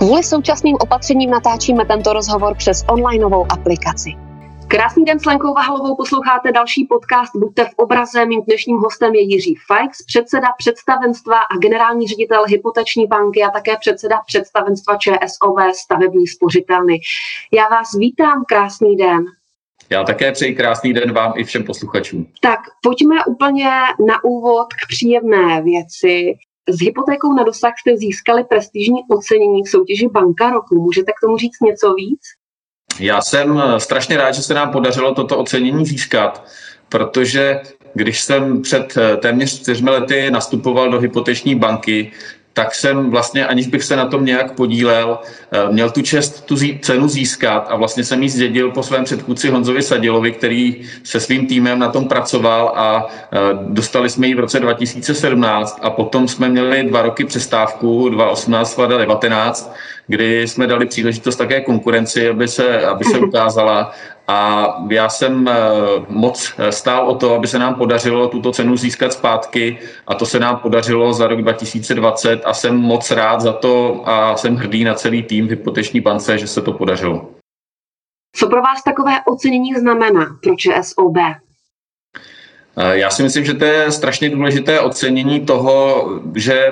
Kvůli současným opatřením natáčíme tento rozhovor přes onlineovou aplikaci. Krásný den s Lenkou Vahalovou, posloucháte další podcast Buďte v obraze. Mým dnešním hostem je Jiří Feix, předseda představenstva a generální ředitel Hypoteční banky a také předseda představenstva ČSOB stavební spořitelny. Já vás vítám, krásný den. Já také přeji krásný den vám i všem posluchačům. Tak pojďme úplně na úvod k příjemné věci. S hypotékou na dosah jste získali prestižní ocenění v soutěži Banka roku. Můžete k tomu říct něco víc? Já jsem strašně rád, že se nám podařilo toto ocenění získat, protože když jsem před téměř 4 lety nastupoval do Hypoteční banky, tak jsem vlastně, aniž bych se na tom nějak podílel, měl tu čest tu cenu získat a vlastně jsem ji zdědil po svém předchůdci Honzovi Sadilovi, který se svým týmem na tom pracoval a dostali jsme ji v roce 2017 a potom jsme měli 2 roky přestávku, 2018 a 2019, kdy jsme dali příležitost také konkurenci, aby se ukázala. A já jsem moc stál o to, aby se nám podařilo tuto cenu získat zpátky a to se nám podařilo za rok 2020 a jsem moc rád za to a jsem hrdý na celý tým v Hypoteční bance, že se to podařilo. Co pro vás takové ocenění znamená pro ČSOB? Já si myslím, že to je strašně důležité ocenění toho, že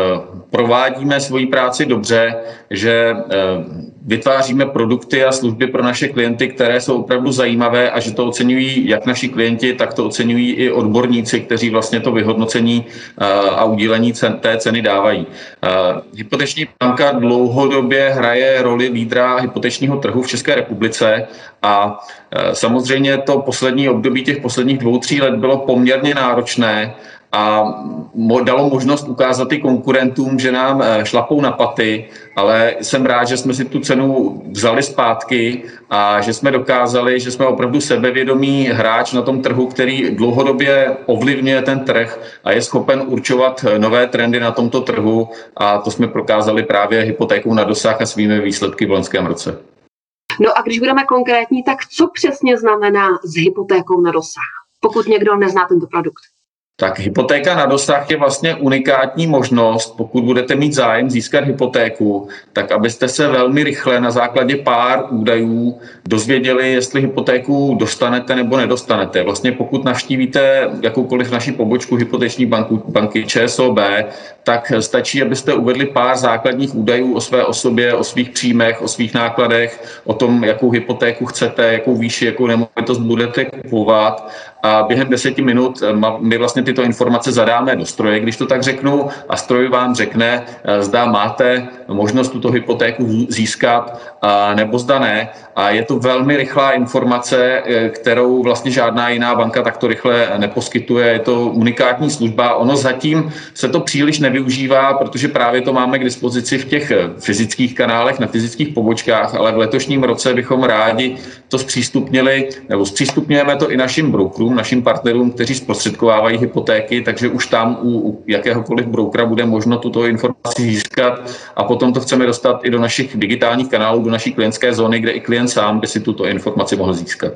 provádíme svoji práci dobře, že vytváříme produkty a služby pro naše klienty, které jsou opravdu zajímavé a že to oceňují jak naši klienti, tak to oceňují i odborníci, kteří vlastně to vyhodnocení a udílení té ceny dávají. Hypoteční banka dlouhodobě hraje roli lídra hypotečního trhu v České republice a samozřejmě to poslední období těch posledních 2-3 let bylo poměrně náročné a dalo možnost ukázat i konkurentům, že nám šlapou na paty, ale jsem rád, že jsme si tu cenu vzali zpátky a že jsme dokázali, že jsme opravdu sebevědomý hráč na tom trhu, který dlouhodobě ovlivňuje ten trh a je schopen určovat nové trendy na tomto trhu a to jsme prokázali právě hypotékou na dosah a svými výsledky v loňském roce. No a když budeme konkrétní, tak co přesně znamená s hypotékou na dosah, pokud někdo nezná tento produkt? Tak hypotéka na dosah je vlastně unikátní možnost, pokud budete mít zájem získat hypotéku, tak abyste se velmi rychle na základě pár údajů dozvěděli, jestli hypotéku dostanete nebo nedostanete. Vlastně pokud navštívíte jakoukoliv naši pobočku Hypoteční banky ČSOB, tak stačí, abyste uvedli pár základních údajů o své osobě, o svých příjmech, o svých nákladech, o tom, jakou hypotéku chcete, jakou výši, jakou nemovitost budete kupovat. A během 10 minut my vlastně tyto informace zadáme do stroje, když to tak řeknu, a stroj vám řekne, zda máte možnost tuto hypotéku získat nebo zda ne. A je to velmi rychlá informace, kterou vlastně žádná jiná banka takto rychle neposkytuje. Je to unikátní služba. Ono zatím se to příliš nevyužívá, protože právě to máme k dispozici v těch fyzických kanálech, na fyzických pobočkách, ale v letošním roce bychom rádi to zpřístupnili, nebo zpřístupňujeme to i našim brokerům, našim partnerům, kteří zprostředkovávají hypotéky, takže už tam u jakéhokoliv brokera bude možno tuto informaci získat a potom to chceme dostat i do našich digitálních kanálů, do naší klientské zóny, kde i klient sám by si tuto informaci mohl získat.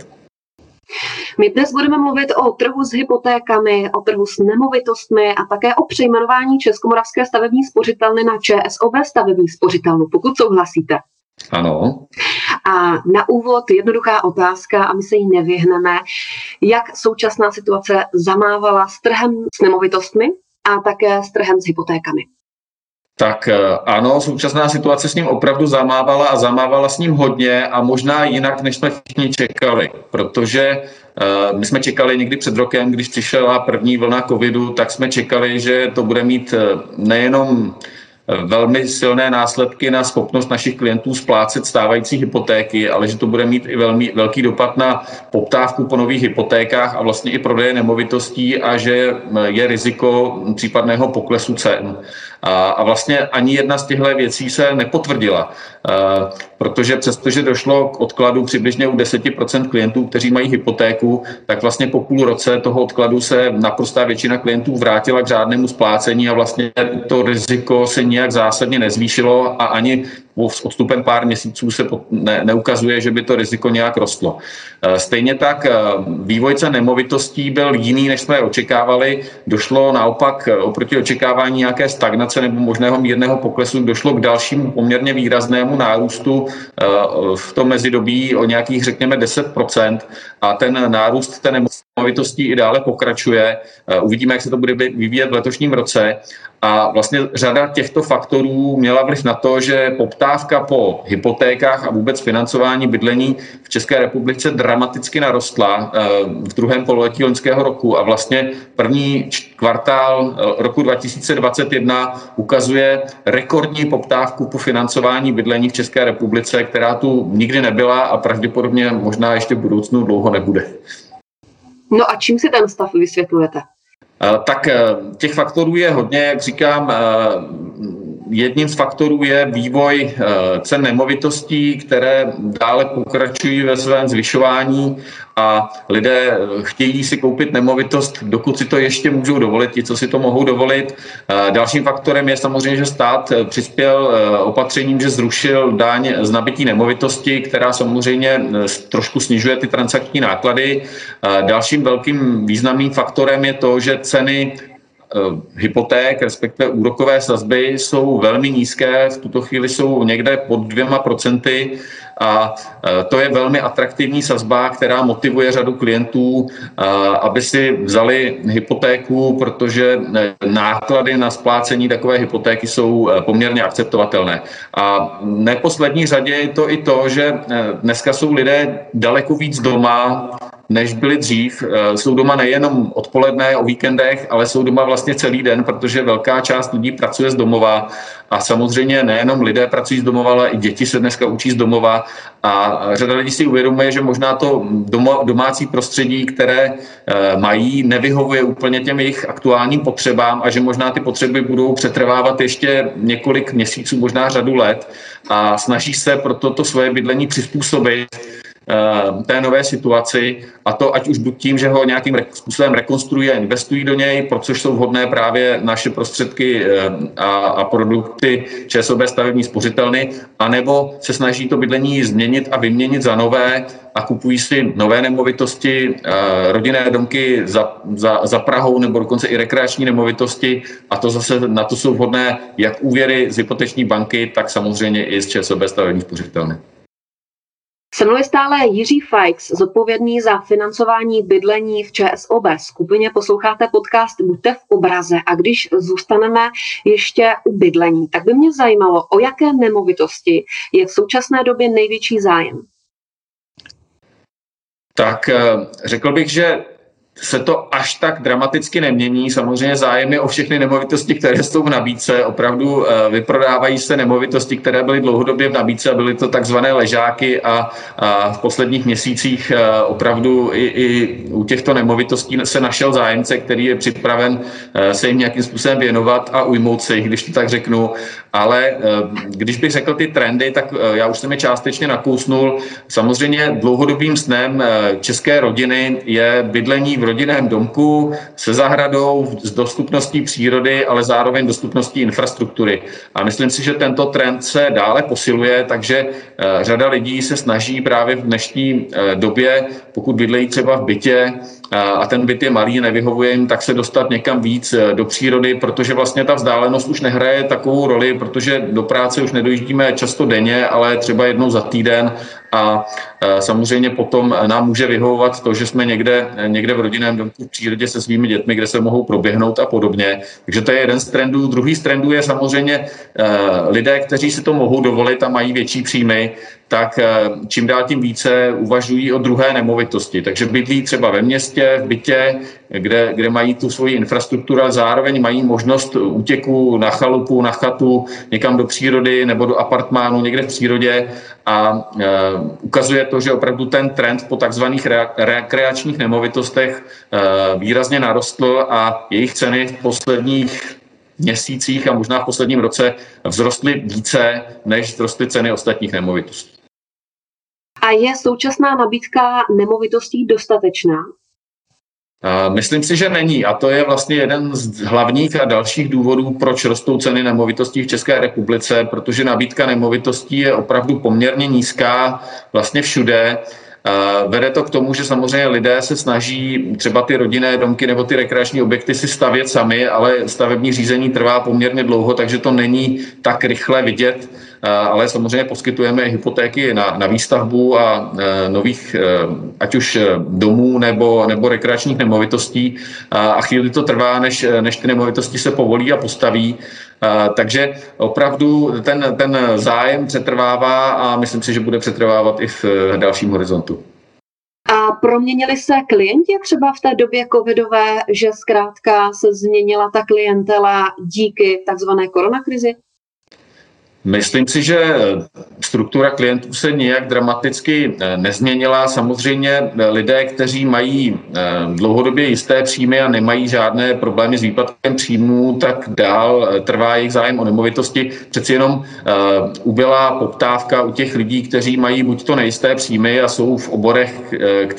My dnes budeme mluvit o trhu s hypotékami, o trhu s nemovitostmi a také o přejmenování Českomoravské stavební spořitelny na ČSOB stavební spořitelnu, pokud souhlasíte. Ano. A na úvod jednoduchá otázka, a my se jí nevyhneme, jak současná situace zamávala s trhem s nemovitostmi a také s trhem s hypotékami. Tak ano, současná situace s ním opravdu zamávala a zamávala s ním hodně a možná jinak, než jsme všichni čekali, protože my jsme čekali někdy před rokem, když přišla první vlna covidu, tak jsme čekali, že to bude mít nejenom velmi silné následky na schopnost našich klientů splácet stávající hypotéky, ale že to bude mít i velmi velký dopad na poptávku po nových hypotékách a vlastně i prodeje nemovitostí a že je riziko případného poklesu cen. A vlastně ani jedna z těchto věcí se nepotvrdila, protože přestože došlo k odkladu přibližně u 10% klientů, kteří mají hypotéku, tak vlastně po půl roce toho odkladu se naprostá většina klientů vrátila k řádnému splácení a vlastně to riziko se nijak zásadně nezvýšilo a ani s odstupem pár měsíců se neukazuje, že by to riziko nějak rostlo. Stejně tak vývoj cen nemovitostí byl jiný, než jsme očekávali. Došlo naopak oproti očekávání nějaké stagnace nebo možného mírného poklesu, došlo k dalšímu poměrně výraznému nárůstu v tom mezidobí o nějakých, řekněme, 10%, a ten nárůst té nemovitostí i dále pokračuje. Uvidíme, jak se to bude vyvíjet v letošním roce. A vlastně řada těchto faktorů měla vliv na to, že poptávka po hypotékách a vůbec financování bydlení v České republice dramaticky narostla v druhém pololetí loňského roku, a vlastně první kvartál roku 2021 ukazuje rekordní poptávku po financování bydlení v České republice, která tu nikdy nebyla a pravděpodobně možná ještě v budoucnu dlouho nebude. No a čím si ten stav vysvětlujete? Tak těch faktorů je hodně, jak říkám. Jedním z faktorů je vývoj cen nemovitostí, které dále pokračují ve svém zvyšování, a lidé chtějí si koupit nemovitost, dokud si to ještě můžou dovolit, ti, co si to mohou dovolit. Dalším faktorem je samozřejmě, že stát přispěl opatřením, že zrušil daň z nabytí nemovitosti, která samozřejmě trošku snižuje ty transakční náklady. Dalším velkým významným faktorem je to, že ceny hypoték, respektive úrokové sazby, jsou velmi nízké, v tuto chvíli jsou někde pod 2%, a to je velmi atraktivní sazba, která motivuje řadu klientů, aby si vzali hypotéku, protože náklady na splácení takové hypotéky jsou poměrně akceptovatelné. A v neposlední řadě je to i to, že dneska jsou lidé daleko víc doma, než byli dřív. Jsou doma nejenom odpoledne, o víkendech, ale jsou doma vlastně celý den, protože velká část lidí pracuje z domova, a samozřejmě nejenom lidé pracují z domova, ale i děti se dneska učí z domova, a řada lidí si uvědomuje, že možná to domácí prostředí, které mají, nevyhovuje úplně těm jejich aktuálním potřebám, a že možná ty potřeby budou přetrvávat ještě několik měsíců, možná řadu let, a snaží se proto to svoje bydlení přizpůsobit té nové situaci, a to ať už buď tím, že ho nějakým způsobem rekonstruují a investují do něj, pro což jsou vhodné právě naše prostředky a produkty ČSOB stavební spořitelny, anebo se snaží to bydlení změnit a vyměnit za nové a kupují si nové nemovitosti, rodinné domky za Prahou, nebo dokonce i rekreační nemovitosti, a to zase na to jsou vhodné jak úvěry z hypoteční banky, tak samozřejmě i z ČSOB stavební spořitelny. Se mnou je stále Jiří Feix, zodpovědný za financování bydlení v ČSOB skupině. Posloucháte podcast Buďte v obraze, a když zůstaneme ještě u bydlení, tak by mě zajímalo, o jaké nemovitosti je v současné době největší zájem. Tak řekl bych, že se to až tak dramaticky nemění. Samozřejmě zájem je o všechny nemovitosti, které jsou v nabídce. Opravdu vyprodávají se nemovitosti, které byly dlouhodobě v nabídce, a byly to takzvané ležáky, a v posledních měsících opravdu i u těchto nemovitostí se našel zájemce, který je připraven se jim nějakým způsobem věnovat a ujmout se jich, když to tak řeknu. Ale když bych řekl ty trendy, tak já už jsem je částečně nakousnul. Samozřejmě dlouhodobým snem české rodiny je bydlení v rodinném domku se zahradou, s dostupností přírody, ale zároveň dostupností infrastruktury. A myslím si, že tento trend se dále posiluje, takže řada lidí se snaží právě v dnešní době, pokud bydlejí třeba v bytě a ten byt je malý, nevyhovuje jim, tak se dostat někam víc do přírody, protože vlastně ta vzdálenost už nehraje takovou roli, protože do práce už nedojíždíme často denně, ale třeba jednou za týden, a samozřejmě potom nám může vyhovovat to, že jsme někde v rodinném domku v přírodě se svými dětmi, kde se mohou proběhnout a podobně. Takže to je jeden z trendů. Druhý z trendů je samozřejmě lidé, kteří si to mohou dovolit a mají větší příjmy, tak čím dál tím více uvažují o druhé nemovitosti. Takže bydlí třeba ve městě, v bytě, kde mají tu svoji infrastrukturu, ale zároveň mají možnost útěku na chalupu, na chatu, někam do přírody nebo do apartmánu někde v přírodě, a ukazuje to, že opravdu ten trend po takzvaných rekreačních nemovitostech výrazně narostl a jejich ceny v posledních měsících a možná v posledním roce vzrostly více, než vzrostly ceny ostatních nemovitostí. A je současná nabídka nemovitostí dostatečná? Myslím si, že není a to je vlastně jeden z hlavních a dalších důvodů, proč rostou ceny nemovitostí v České republice, protože nabídka nemovitostí je opravdu poměrně nízká vlastně všude. Vede to k tomu, že samozřejmě lidé se snaží třeba ty rodinné domky nebo ty rekreační objekty si stavět sami, ale stavební řízení trvá poměrně dlouho, takže to není tak rychle vidět, ale samozřejmě poskytujeme hypotéky na výstavbu a nových, ať už domů nebo rekreačních nemovitostí a chvíli to trvá, než ty nemovitosti se povolí a postaví. Takže opravdu ten zájem přetrvává a myslím si, že bude přetrvávat i v dalším horizontu. A proměnili se klienti třeba v té době covidové, že zkrátka se změnila ta klientela díky takzvané koronakrizi? Myslím si, že struktura klientů se nijak dramaticky nezměnila. Samozřejmě lidé, kteří mají dlouhodobě jisté příjmy a nemají žádné problémy s výpadkem příjmů, tak dál trvá jejich zájem o nemovitosti. Přeci jenom ubyla poptávka u těch lidí, kteří mají buď to nejisté příjmy a jsou v oborech,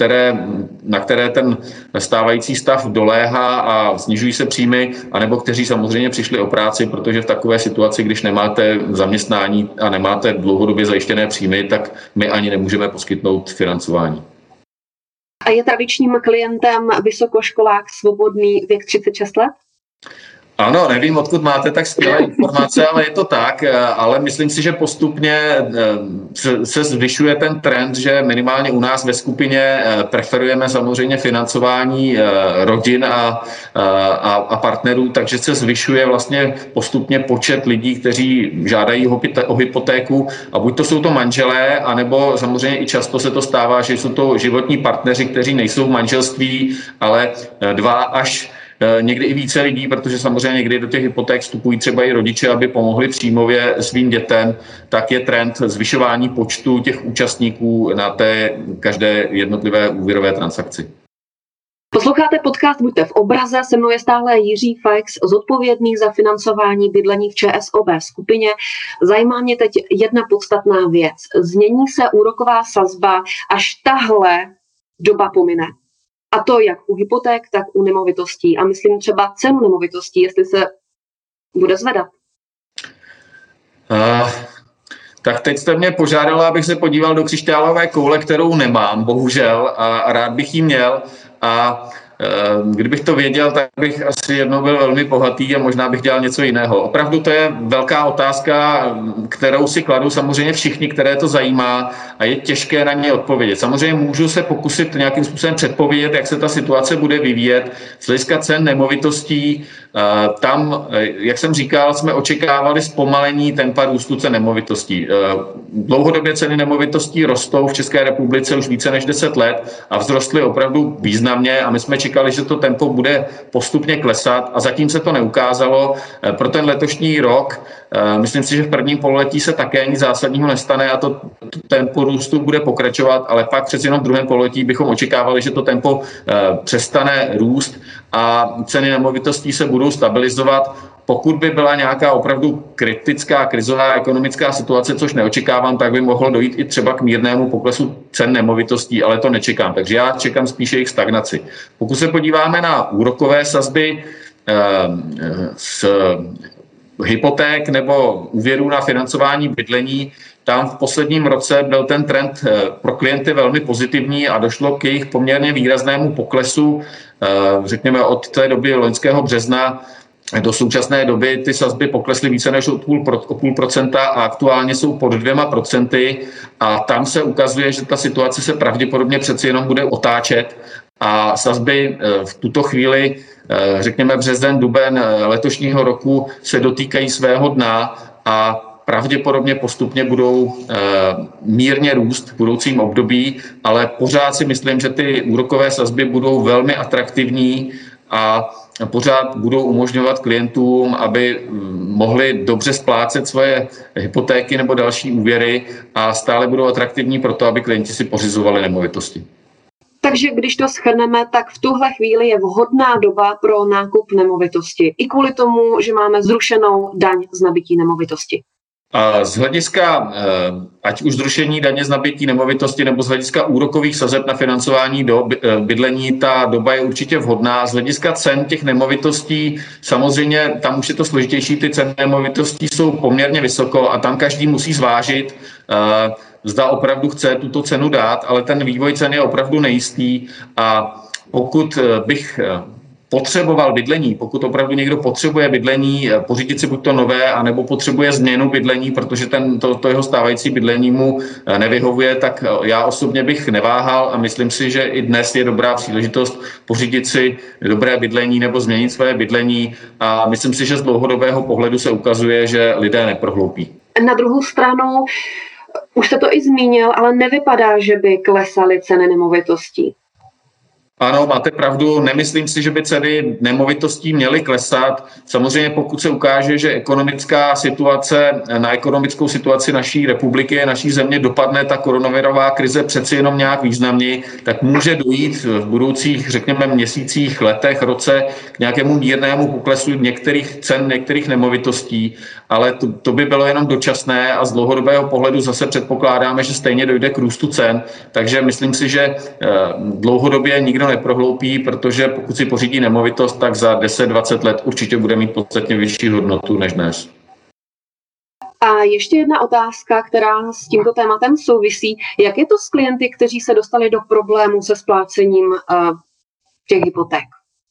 na které ten stávající stav doléhá a snižují se příjmy, anebo kteří samozřejmě přišli o práci, protože v takové situaci, když nemáte zaměstnání a nemáte dlouhodobě zajištěné příjmy, tak my ani nemůžeme poskytnout financování. A je tradičním klientem vysokoškolák svobodný věk 36 let? Ano, nevím, odkud máte tak skvělé informace, ale je to tak, ale myslím si, že postupně se zvyšuje ten trend, že minimálně u nás ve skupině preferujeme samozřejmě financování rodin a partnerů, takže se zvyšuje vlastně postupně počet lidí, kteří žádají o hypotéku a buď to jsou to manželé, anebo samozřejmě i často se to stává, že jsou to životní partneři, kteří nejsou v manželství, ale 2 až někdy i více lidí, protože samozřejmě někdy do těch hypoték vstupují třeba i rodiče, aby pomohli příjmově svým dětem, tak je trend zvyšování počtu těch účastníků na té každé jednotlivé úvěrové transakci. Posloucháte podcast Buďte v obraze, se mnou je stále Jiří Feix, zodpovědný za financování bydlení v ČSOB skupině. Zajímá mě teď jedna podstatná věc. Změní se úroková sazba, až tahle doba pomine. A to jak u hypoték, tak u nemovitostí. A myslím třeba cenu nemovitostí, jestli se bude zvedat. Tak teď jste mě požádala, abych se podíval do křišťálové koule, kterou nemám, bohužel, a rád bych ji měl. A kdybych to věděl, tak bych asi jednou byl velmi bohatý a možná bych dělal něco jiného. Opravdu to je velká otázka, kterou si kladou samozřejmě všichni, které to zajímá a je těžké na ně odpovědět. Samozřejmě můžu se pokusit nějakým způsobem předpovědět, jak se ta situace bude vyvíjet. Z hlediska cen nemovitostí, tam, jak jsem říkal, jsme očekávali zpomalení tempa růstu cen nemovitostí. Dlouhodobě ceny nemovitostí rostou v České republice už více než 10 let a vzrostly opravdu významně a my jsme čekali, že to tempo bude postupně klesat a zatím se to neukázalo. Pro ten letošní rok myslím si, že v prvním pololetí se také nic zásadního nestane a to tempo růstu bude pokračovat, ale pak přeci jenom v druhém pololetí bychom očekávali, že to tempo přestane růst a ceny nemovitostí se budou stabilizovat. Pokud by byla nějaká opravdu kritická krizová ekonomická situace, což neočekávám, tak by mohlo dojít i třeba k mírnému poklesu cen nemovitostí, ale to nečekám. Takže já čekám spíše jejich stagnaci. Pokud se podíváme na úrokové sazby z hypoték nebo úvěrů na financování bydlení, tam v posledním roce byl ten trend pro klienty velmi pozitivní a došlo k jejich poměrně výraznému poklesu, řekněme od té doby loňského března do současné doby ty sazby poklesly více než o 0,5% a aktuálně jsou pod 2% a tam se ukazuje, že ta situace se pravděpodobně přeci jenom bude otáčet a sazby v tuto chvíli, řekněme březen, duben letošního roku se dotýkají svého dna a pravděpodobně postupně budou mírně růst v budoucím období, ale pořád si myslím, že ty úrokové sazby budou velmi atraktivní a pořád budou umožňovat klientům, aby mohli dobře splácet svoje hypotéky nebo další úvěry a stále budou atraktivní pro to, aby klienti si pořizovali nemovitosti. Takže když to shrneme, tak v tuhle chvíli je vhodná doba pro nákup nemovitosti. I kvůli tomu, že máme zrušenou daň z nabytí nemovitosti. A z hlediska, ať už zrušení daně z nabytí nemovitosti nebo z hlediska úrokových sazeb na financování bydlení, ta doba je určitě vhodná. Z hlediska cen těch nemovitostí, samozřejmě tam už je to složitější, ty ceny nemovitostí jsou poměrně vysoko a tam každý musí zvážit, zda opravdu chce tuto cenu dát, ale ten vývoj cen je opravdu nejistý a pokud bych potřeboval bydlení, pokud opravdu někdo potřebuje bydlení, pořídit si buď to nové, anebo potřebuje změnu bydlení, protože to jeho stávající bydlení mu nevyhovuje, tak já osobně bych neváhal a myslím si, že i dnes je dobrá příležitost pořídit si dobré bydlení nebo změnit své bydlení a myslím si, že z dlouhodobého pohledu se ukazuje, že lidé neprohloupí. Na druhou stranu, už jste to i zmínil, ale nevypadá, že by klesaly ceny nemovitostí. Ano, máte pravdu. Nemyslím si, že by ceny nemovitostí měly klesat. Samozřejmě pokud se ukáže, že ekonomickou situaci naší republiky, naší země dopadne ta koronavirová krize přeci jenom nějak významněji, tak může dojít v budoucích, řekněme, měsících, letech, roce k nějakému mírnému poklesu některých nemovitostí, ale to by bylo jenom dočasné a z dlouhodobého pohledu zase předpokládáme, že stejně dojde k růstu cen, takže myslím si, že dlouhodobě nikdo neprohloupí, protože pokud si pořídí nemovitost, tak za 10-20 let určitě bude mít podstatně vyšší hodnotu než dnes. A ještě jedna otázka, která s tímto tématem souvisí. Jak je to s klienty, kteří se dostali do problému se splácením těch hypoték?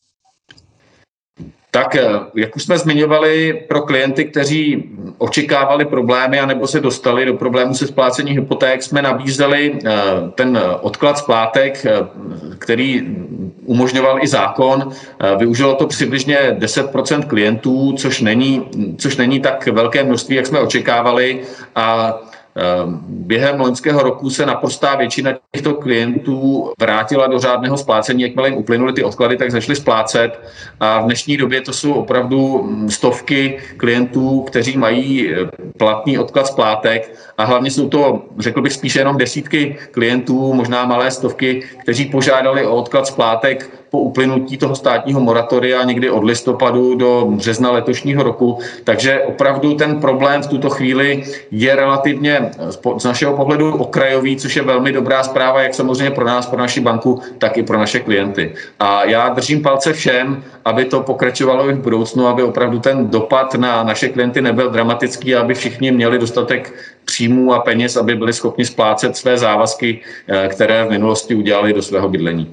Tak, jak už jsme zmiňovali, pro klienty, kteří očekávali problémy anebo se dostali do problému se splácením hypoték, jsme nabízeli ten odklad splátek, který umožňoval i zákon. Využilo to přibližně 10% klientů, což není tak velké množství, jak jsme očekávali a během loňského roku se naprostá většina těchto klientů vrátila do řádného splácení, jakmile jim uplynuly ty odklady, tak začali splácet a v dnešní době to jsou opravdu stovky klientů, kteří mají platný odklad splátek a hlavně jsou to, řekl bych, spíše jenom desítky klientů, možná malé stovky, kteří požádali o odklad splátek po uplynutí toho státního moratoria někdy od listopadu do března letošního roku. Takže opravdu ten problém v tuto chvíli je relativně z našeho pohledu okrajový, což je velmi dobrá zpráva, jak samozřejmě pro nás, pro naši banku, tak i pro naše klienty. A já držím palce všem, aby to pokračovalo i v budoucnu, aby opravdu ten dopad na naše klienty nebyl dramatický, aby všichni měli dostatek příjmů a peněz, aby byli schopni splácet své závazky, které v minulosti udělali do svého bydlení.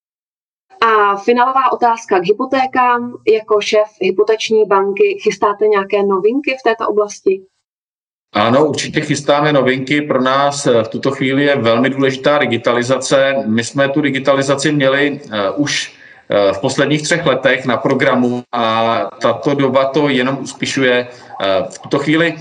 A finálová otázka k hypotékám. Jako šéf hypoteční banky chystáte nějaké novinky v této oblasti? Ano, určitě chystáme novinky. Pro nás v tuto chvíli je velmi důležitá digitalizace. My jsme tu digitalizaci měli už v posledních 3 letech na programu a tato doba to jenom uspěšuje. V tuto chvíli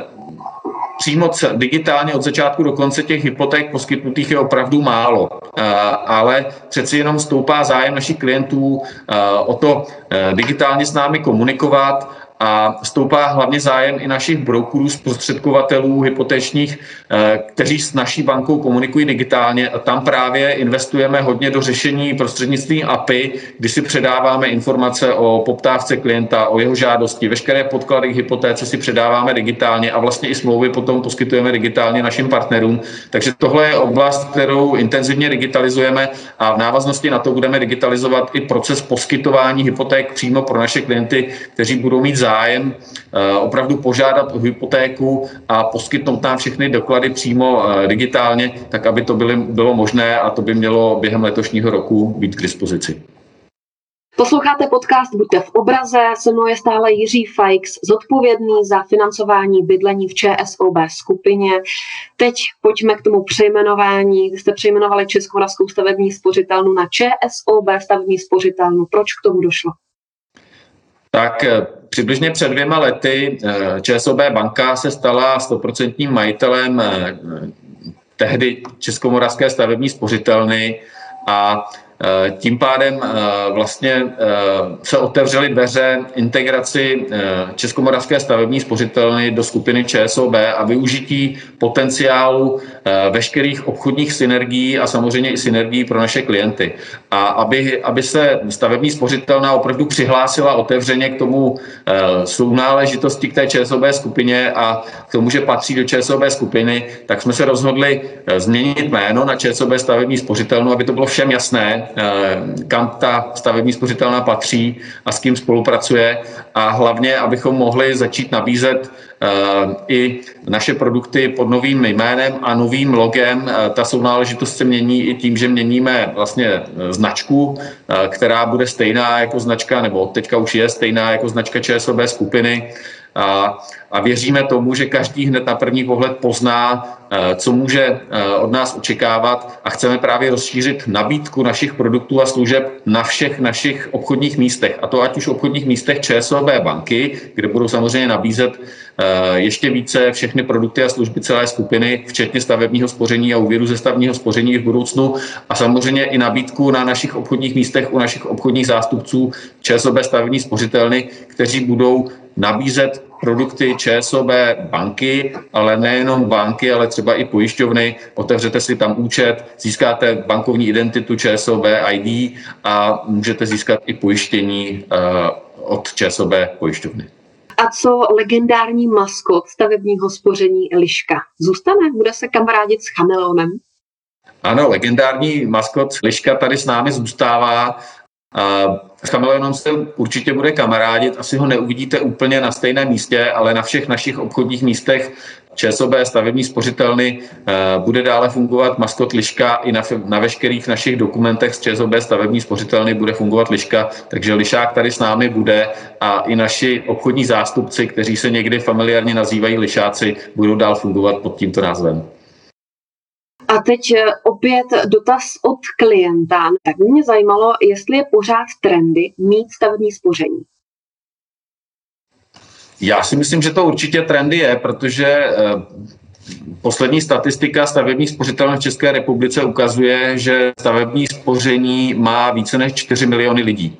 přímo digitálně od začátku do konce těch hypoték poskytnutých je opravdu málo, ale přeci jenom stoupá zájem našich klientů o to digitálně s námi komunikovat a stoupá hlavně zájem i našich brokerů, zprostředkovatelů hypotečních, kteří s naší bankou komunikují digitálně. A tam právě investujeme hodně do řešení prostřednictvím API, kdy si předáváme informace o poptávce klienta, o jeho žádosti. Veškeré podklady k hypotéce si předáváme digitálně a vlastně i smlouvy potom poskytujeme digitálně našim partnerům. Takže tohle je oblast, kterou intenzivně digitalizujeme a v návaznosti na to budeme digitalizovat i proces poskytování hypoték přímo pro naše klienty, kteří budou mít zájem opravdu požádat o hypotéku a poskytnout nám všechny doklady přímo digitálně, tak aby to bylo možné a to by mělo během letošního roku být k dispozici. Posloucháte podcast Buďte v obraze, se mnou je stále Jiří Feix, zodpovědný za financování bydlení v ČSOB skupině. Teď pojďme k tomu přejmenování. Vy jste přejmenovali Českomoravskou stavební spořitelnu na ČSOB stavební spořitelnu. Proč k tomu došlo? Tak přibližně před 2 lety ČSOB banka se stala 100% majitelem tehdy Českomoravské stavební spořitelny a tím pádem vlastně se otevřely dveře integraci Českomoravské stavební spořitelny do skupiny ČSOB a využití potenciálu veškerých obchodních synergií a samozřejmě i synergií pro naše klienty. A aby se stavební spořitelna opravdu přihlásila otevřeně k tomu sounáležitosti k té ČSOB skupině a k tomu, že patří do ČSOB skupiny, tak jsme se rozhodli změnit jméno na ČSOB stavební spořitelnu, aby to bylo všem jasné, kam ta stavební spořitelna patří a s kým spolupracuje a hlavně, abychom mohli začít nabízet i naše produkty pod novým jménem a novým logem. Ta sounáležitost se mění i tím, že měníme vlastně značku, která bude stejná jako značka, nebo teďka už je stejná jako značka ČSOB skupiny. A věříme tomu, že každý hned na první pohled pozná, co může od nás očekávat a chceme právě rozšířit nabídku našich produktů a služeb na všech našich obchodních místech. A to ať už obchodních místech ČSOB banky, kde budou samozřejmě nabízet ještě více všechny produkty a služby celé skupiny, včetně stavebního spoření a úvěru ze stavebního spoření v budoucnu a samozřejmě i nabídku na našich obchodních místech u našich obchodních zástupců ČSOB stavební spořitelny, kteří budou nabízet produkty ČSOB banky, ale nejenom banky, ale třeba i pojišťovny. Otevřete si tam účet, získáte bankovní identitu ČSOB ID a můžete získat i pojištění od ČSOB pojišťovny. A co legendární maskot stavebního spoření Liška? Zůstane? Bude se kamarádit s chameleonem? Ano, legendární maskot Liška tady s námi zůstává. S chameleonem se určitě bude kamarádit, asi ho neuvidíte úplně na stejném místě, ale na všech našich obchodních místech ČSOB stavební spořitelny bude dále fungovat maskot Liška i na veškerých našich dokumentech z ČSOB stavební spořitelny bude fungovat Liška, takže Lišák tady s námi bude a i naši obchodní zástupci, kteří se někdy familiárně nazývají Lišáci, budou dál fungovat pod tímto názvem. A teď opět dotaz od klienta. Tak mě zajímalo, jestli je pořád trendy mít stavební spoření. Já si myslím, že to určitě trendy je, protože poslední statistika stavebních spořitelů v České republice ukazuje, že stavební spoření má více než 4 miliony lidí.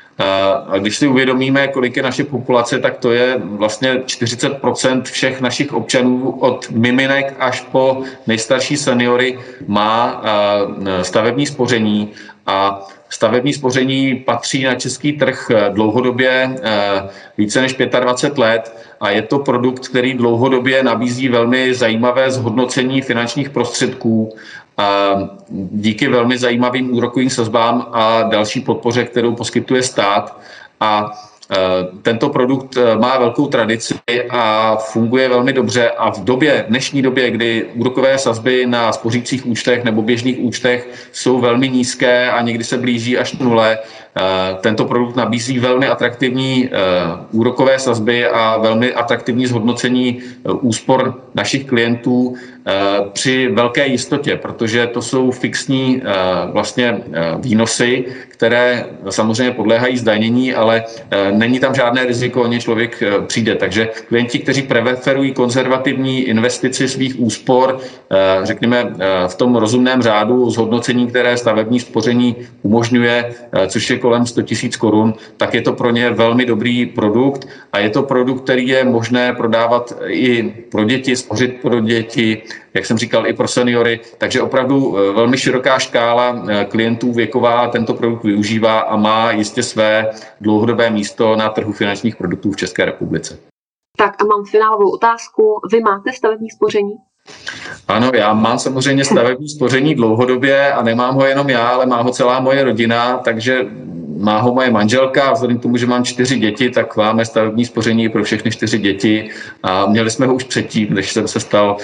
A když si uvědomíme, kolik je naše populace, tak to je vlastně 40% všech našich občanů od miminek až po nejstarší seniory má stavební spoření a stavební spoření patří na český trh dlouhodobě více než 25 let a je to produkt, který dlouhodobě nabízí velmi zajímavé zhodnocení finančních prostředků a díky velmi zajímavým úrokovým sazbám a další podpoře, kterou poskytuje stát. A tento produkt má velkou tradici a funguje velmi dobře a v dnešní době, kdy úrokové sazby na spořících účtech nebo běžných účtech jsou velmi nízké a někdy se blíží až nule, tento produkt nabízí velmi atraktivní úrokové sazby a velmi atraktivní zhodnocení úspor našich klientů při velké jistotě, protože to jsou fixní vlastně výnosy, které samozřejmě podléhají zdanění, ale není tam žádné riziko, o ně člověk přijde. Takže klienti, kteří preferují konzervativní investici svých úspor, řekněme v tom rozumném řádu zhodnocení, které stavební spoření umožňuje, což je kolem 100 000 korun, tak je to pro ně velmi dobrý produkt a je to produkt, který je možné prodávat i pro děti, spořit pro děti, jak jsem říkal, i pro seniory, takže opravdu velmi široká škála klientů věková tento produkt využívá a má jistě své dlouhodobé místo na trhu finančních produktů v České republice. Tak a mám finálovou otázku. Vy máte stavební spoření? Ano, já mám samozřejmě stavební spoření dlouhodobě a nemám ho jenom já, ale má ho celá moje rodina, takže má ho moje manželka a vzhledem k tomu, že mám 4 děti, tak máme stavební spoření pro všechny 4 děti a měli jsme ho už předtím, než jsem se stal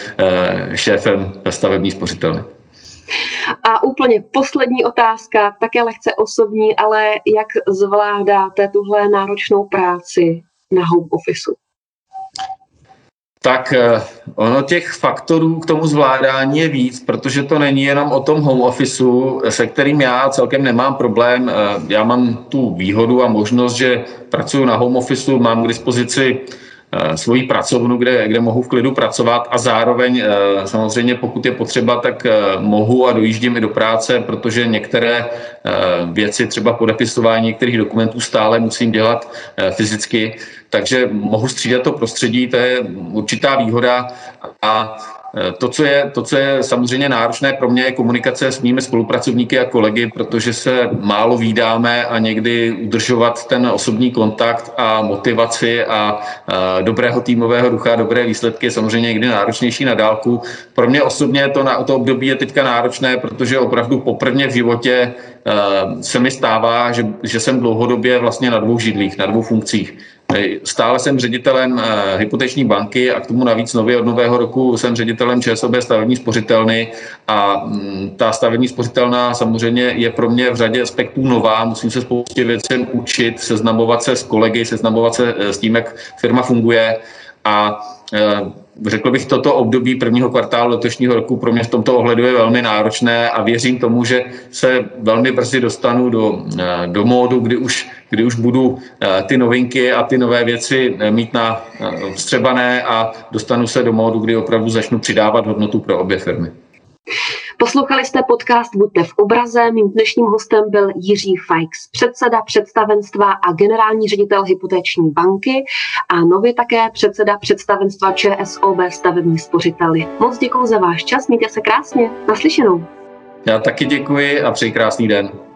šéfem stavební spořitelny. A úplně poslední otázka, také lehce osobní, ale jak zvládáte tuhle náročnou práci na home officeu? Tak ono těch faktorů k tomu zvládání je víc, protože to není jenom o tom home officeu, se kterým já celkem nemám problém. Já mám tu výhodu a možnost, že pracuji na home officeu, mám k dispozici svoji pracovnu, kde mohu v klidu pracovat a zároveň samozřejmě pokud je potřeba, tak mohu a dojíždím i do práce, protože některé věci, třeba podepisování některých dokumentů stále musím dělat fyzicky, takže mohu střídat to prostředí, to je určitá výhoda a to, co je samozřejmě náročné pro mě, je komunikace s mými spolupracovníky a kolegy, protože se málo vídáme a někdy udržovat ten osobní kontakt a motivaci a dobrého týmového ducha, dobré výsledky je samozřejmě někdy náročnější na dálku. Pro mě osobně to období je teďka náročné, protože opravdu poprvé v životě se mi stává, že jsem dlouhodobě vlastně na 2 židlích, na 2 funkcích. Stále jsem ředitelem hypoteční banky a k tomu navíc nově od nového roku jsem ředitelem ČSOB stavební spořitelny a ta stavební spořitelna samozřejmě je pro mě v řadě aspektů nová, musím se spoustě věcem učit, seznamovat se s kolegy, seznamovat se s tím, jak firma funguje a řekl bych, toto období prvního kvartálu letošního roku pro mě v tomto ohledu je velmi náročné a věřím tomu, že se velmi brzy dostanu do módu, kdy už budu ty novinky a ty nové věci mít vstřebané a dostanu se do módu, kdy opravdu začnu přidávat hodnotu pro obě firmy. Poslouchali jste podcast Buďte v obraze. Mým dnešním hostem byl Jiří Feix, předseda představenstva a generální ředitel hypoteční banky a nově také předseda představenstva ČSOB stavební spořitelny. Moc děkuji za váš čas, mějte se krásně, naslyšenou. Já taky děkuji a přeji krásný den.